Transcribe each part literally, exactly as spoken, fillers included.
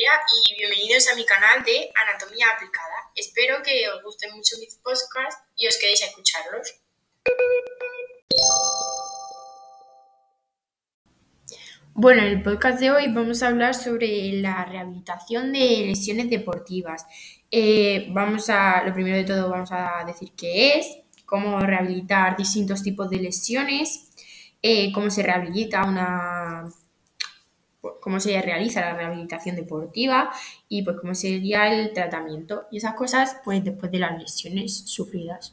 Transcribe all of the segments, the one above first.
Andrea y bienvenidos a mi canal de Anatomía Aplicada. Espero que os gusten mucho mis podcasts y os quedéis a escucharlos. Bueno, en el podcast de hoy vamos a hablar sobre la rehabilitación de lesiones deportivas. Eh, vamos a, lo primero de todo vamos a decir qué es, cómo rehabilitar distintos tipos de lesiones, eh, cómo se rehabilita una... cómo se realiza la rehabilitación deportiva y pues cómo sería el tratamiento y esas cosas pues después de las lesiones sufridas.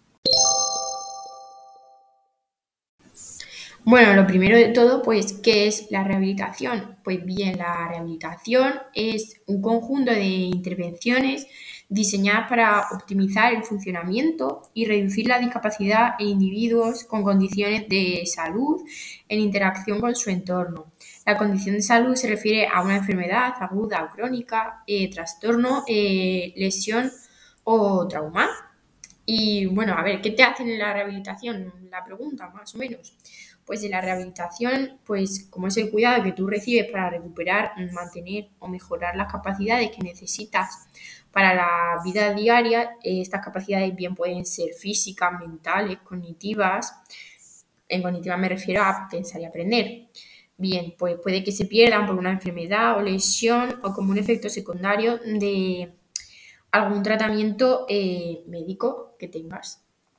Bueno, lo primero de todo, pues, ¿qué es la rehabilitación? Pues bien, la rehabilitación es un conjunto de intervenciones diseñadas para optimizar el funcionamiento y reducir la discapacidad en individuos con condiciones de salud en interacción con su entorno. La condición de salud se refiere a una enfermedad aguda o crónica, eh, trastorno, eh, lesión o trauma. Y bueno, a ver, ¿qué te hacen en la rehabilitación? La pregunta, más o menos. Pues en la rehabilitación, pues como es el cuidado que tú recibes para recuperar, mantener o mejorar las capacidades que necesitas para la vida diaria, eh, estas capacidades bien pueden ser físicas, mentales, cognitivas. En cognitivas me refiero a pensar y aprender. Bien, pues puede que se pierdan por una enfermedad o lesión o como un efecto secundario de algún tratamiento eh, médico que tengas.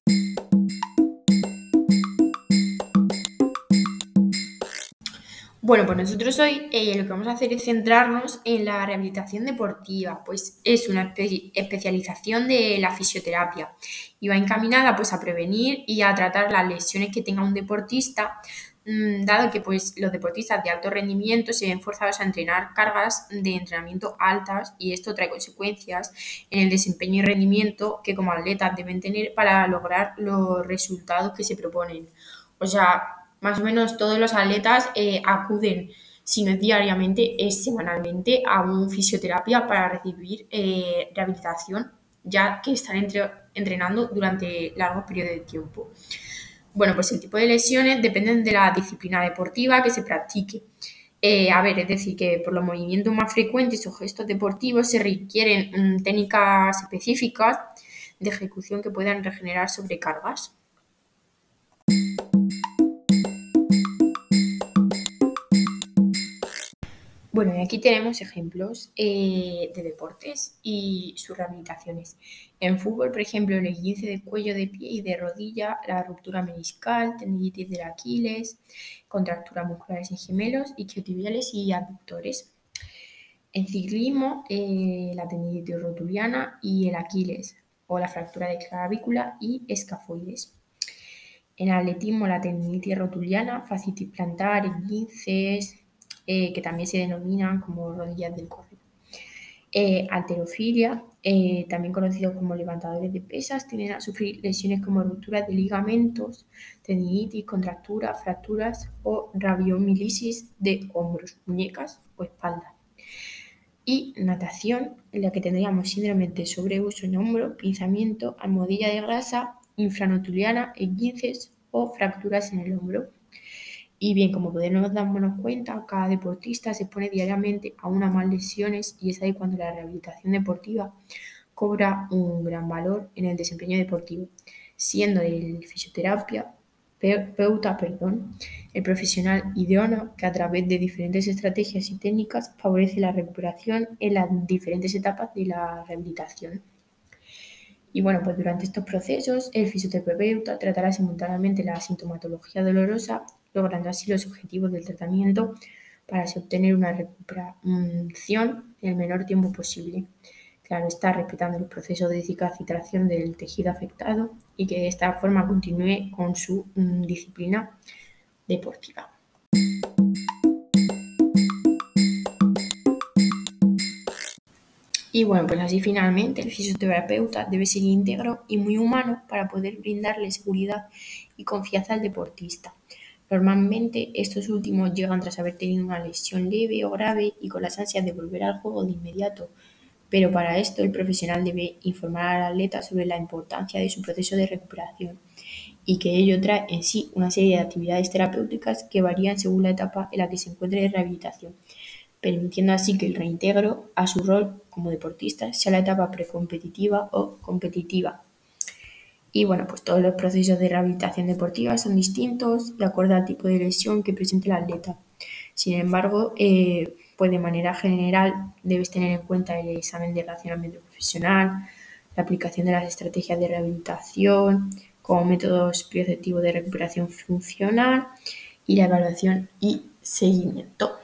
Bueno, pues nosotros hoy eh, lo que vamos a hacer es centrarnos en la rehabilitación deportiva, pues es una espe- especialización de la fisioterapia y va encaminada pues a prevenir y a tratar las lesiones que tenga un deportista, mmm, dado que pues los deportistas de alto rendimiento se ven forzados a entrenar cargas de entrenamiento altas y esto trae consecuencias en el desempeño y rendimiento que como atletas deben tener para lograr los resultados que se proponen. O sea, más o menos todos los atletas eh, acuden, si no es diariamente, es semanalmente a un fisioterapia para recibir eh, rehabilitación, ya que están entre, entrenando durante largos periodos de tiempo. Bueno, pues el tipo de lesiones dependen de la disciplina deportiva que se practique. Eh, a ver, es decir, que por los movimientos más frecuentes o gestos deportivos se requieren mmm, técnicas específicas de ejecución que puedan regenerar sobrecargas. Bueno, y aquí tenemos ejemplos eh, de deportes y sus rehabilitaciones. En fútbol, por ejemplo, el esguince de cuello de pie y de rodilla, la ruptura meniscal, tendinitis del Aquiles, contracturas musculares en gemelos, isquiotibiales y abductores. En ciclismo, eh, la tendinitis rotuliana y el Aquiles, o la fractura de clavícula y escafoides. En atletismo, la tendinitis rotuliana, fascitis plantar, esguinces, eh, que también se denominan como rodillas del corredor. Eh, halterofilia, eh, también conocidos como levantadores de pesas, tienden a sufrir lesiones como rupturas de ligamentos, tendinitis, contracturas, fracturas o rabiomielitis de hombros, muñecas o espalda. Y natación, en la que tendríamos síndrome de sobreuso en hombro, pinzamiento, almohadilla de grasa, infranotuliana, esguinces o fracturas en el hombro. Y bien, como podemos darnos cuenta, cada deportista se expone diariamente a una o más lesiones y es ahí cuando la rehabilitación deportiva cobra un gran valor en el desempeño deportivo, siendo el fisioterapia Terapeuta, perdón, el profesional idóneo que a través de diferentes estrategias y técnicas favorece la recuperación en las diferentes etapas de la rehabilitación. Y bueno, pues durante estos procesos el fisioterapeuta tratará simultáneamente la sintomatología dolorosa, logrando así los objetivos del tratamiento para así obtener una recuperación en el menor tiempo posible. Claro, está respetando el proceso de cicatrización del tejido afectado y que de esta forma continúe con su mm, disciplina deportiva. Y bueno, pues así finalmente el fisioterapeuta debe ser íntegro y muy humano para poder brindarle seguridad y confianza al deportista. Normalmente estos últimos llegan tras haber tenido una lesión leve o grave y con las ansias de volver al juego de inmediato. Pero para esto el profesional debe informar al atleta sobre la importancia de su proceso de recuperación y que ello trae en sí una serie de actividades terapéuticas que varían según la etapa en la que se encuentre de rehabilitación. permitiendo así que el reintegro a su rol como deportista sea la etapa precompetitiva o competitiva. Y bueno, pues todos los procesos de rehabilitación deportiva son distintos de acuerdo al tipo de lesión que presente el atleta. Sin embargo, eh, pues de manera general debes tener en cuenta el examen de racionamiento profesional, la aplicación de las estrategias de rehabilitación como métodos preceptivos de recuperación funcional y la evaluación y seguimiento.